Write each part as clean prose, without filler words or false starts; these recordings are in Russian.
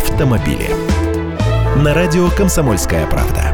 автомобили. На радио «Комсомольская правда».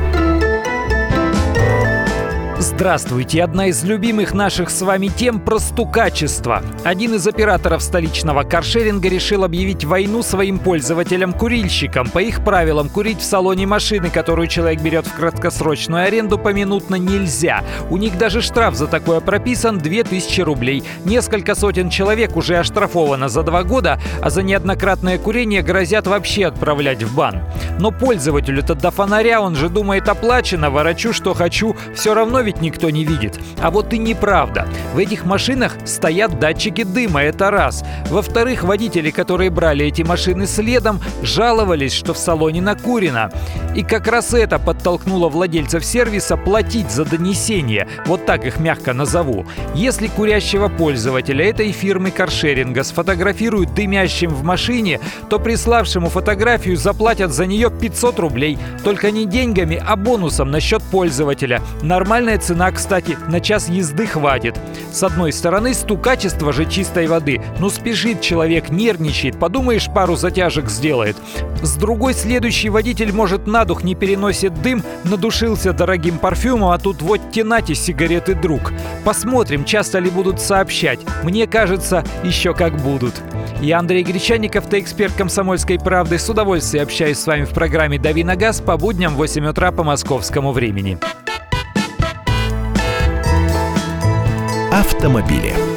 Здравствуйте! Одна из любимых наших с вами тем про стукачество. Один из операторов столичного каршеринга решил объявить войну своим пользователям-курильщикам. По их правилам, курить в салоне машины, которую человек берет в краткосрочную аренду, поминутно нельзя. У них даже штраф за такое прописан — 2000 рублей. Несколько сотен человек уже оштрафовано за 2 года, а за неоднократное курение грозят вообще отправлять в бан. Но пользователю-то до фонаря, он же думает: оплачено, ворочу, что хочу, все равно ведь никто не видит. А вот и неправда. В этих машинах стоят датчики дыма, это раз. Во-вторых, водители, которые брали эти машины следом, жаловались, что в салоне накурено. И как раз это подтолкнуло владельцев сервиса платить за донесение, вот так их мягко назову. Если курящего пользователя этой фирмы каршеринга сфотографируют дымящим в машине, то приславшему фотографию заплатят за нее 500 рублей. Только не деньгами, а бонусом на счет пользователя. Нормальная цена, кстати, на час езды хватит. С одной стороны, стукачество же чистой воды. Ну спешит человек, нервничает, подумаешь, пару затяжек сделает. С другой, следующий водитель, может, на дух не переносит дым, надушился дорогим парфюмом, а тут вот тянать из сигареты друг. Посмотрим, часто ли будут сообщать. Мне кажется, еще как будут. Я Андрей Гречанников, ты эксперт «Комсомольской правды». С удовольствием общаюсь с вами в программе «Дави на газ» по будням в 8 утра по московскому времени. Автомобили.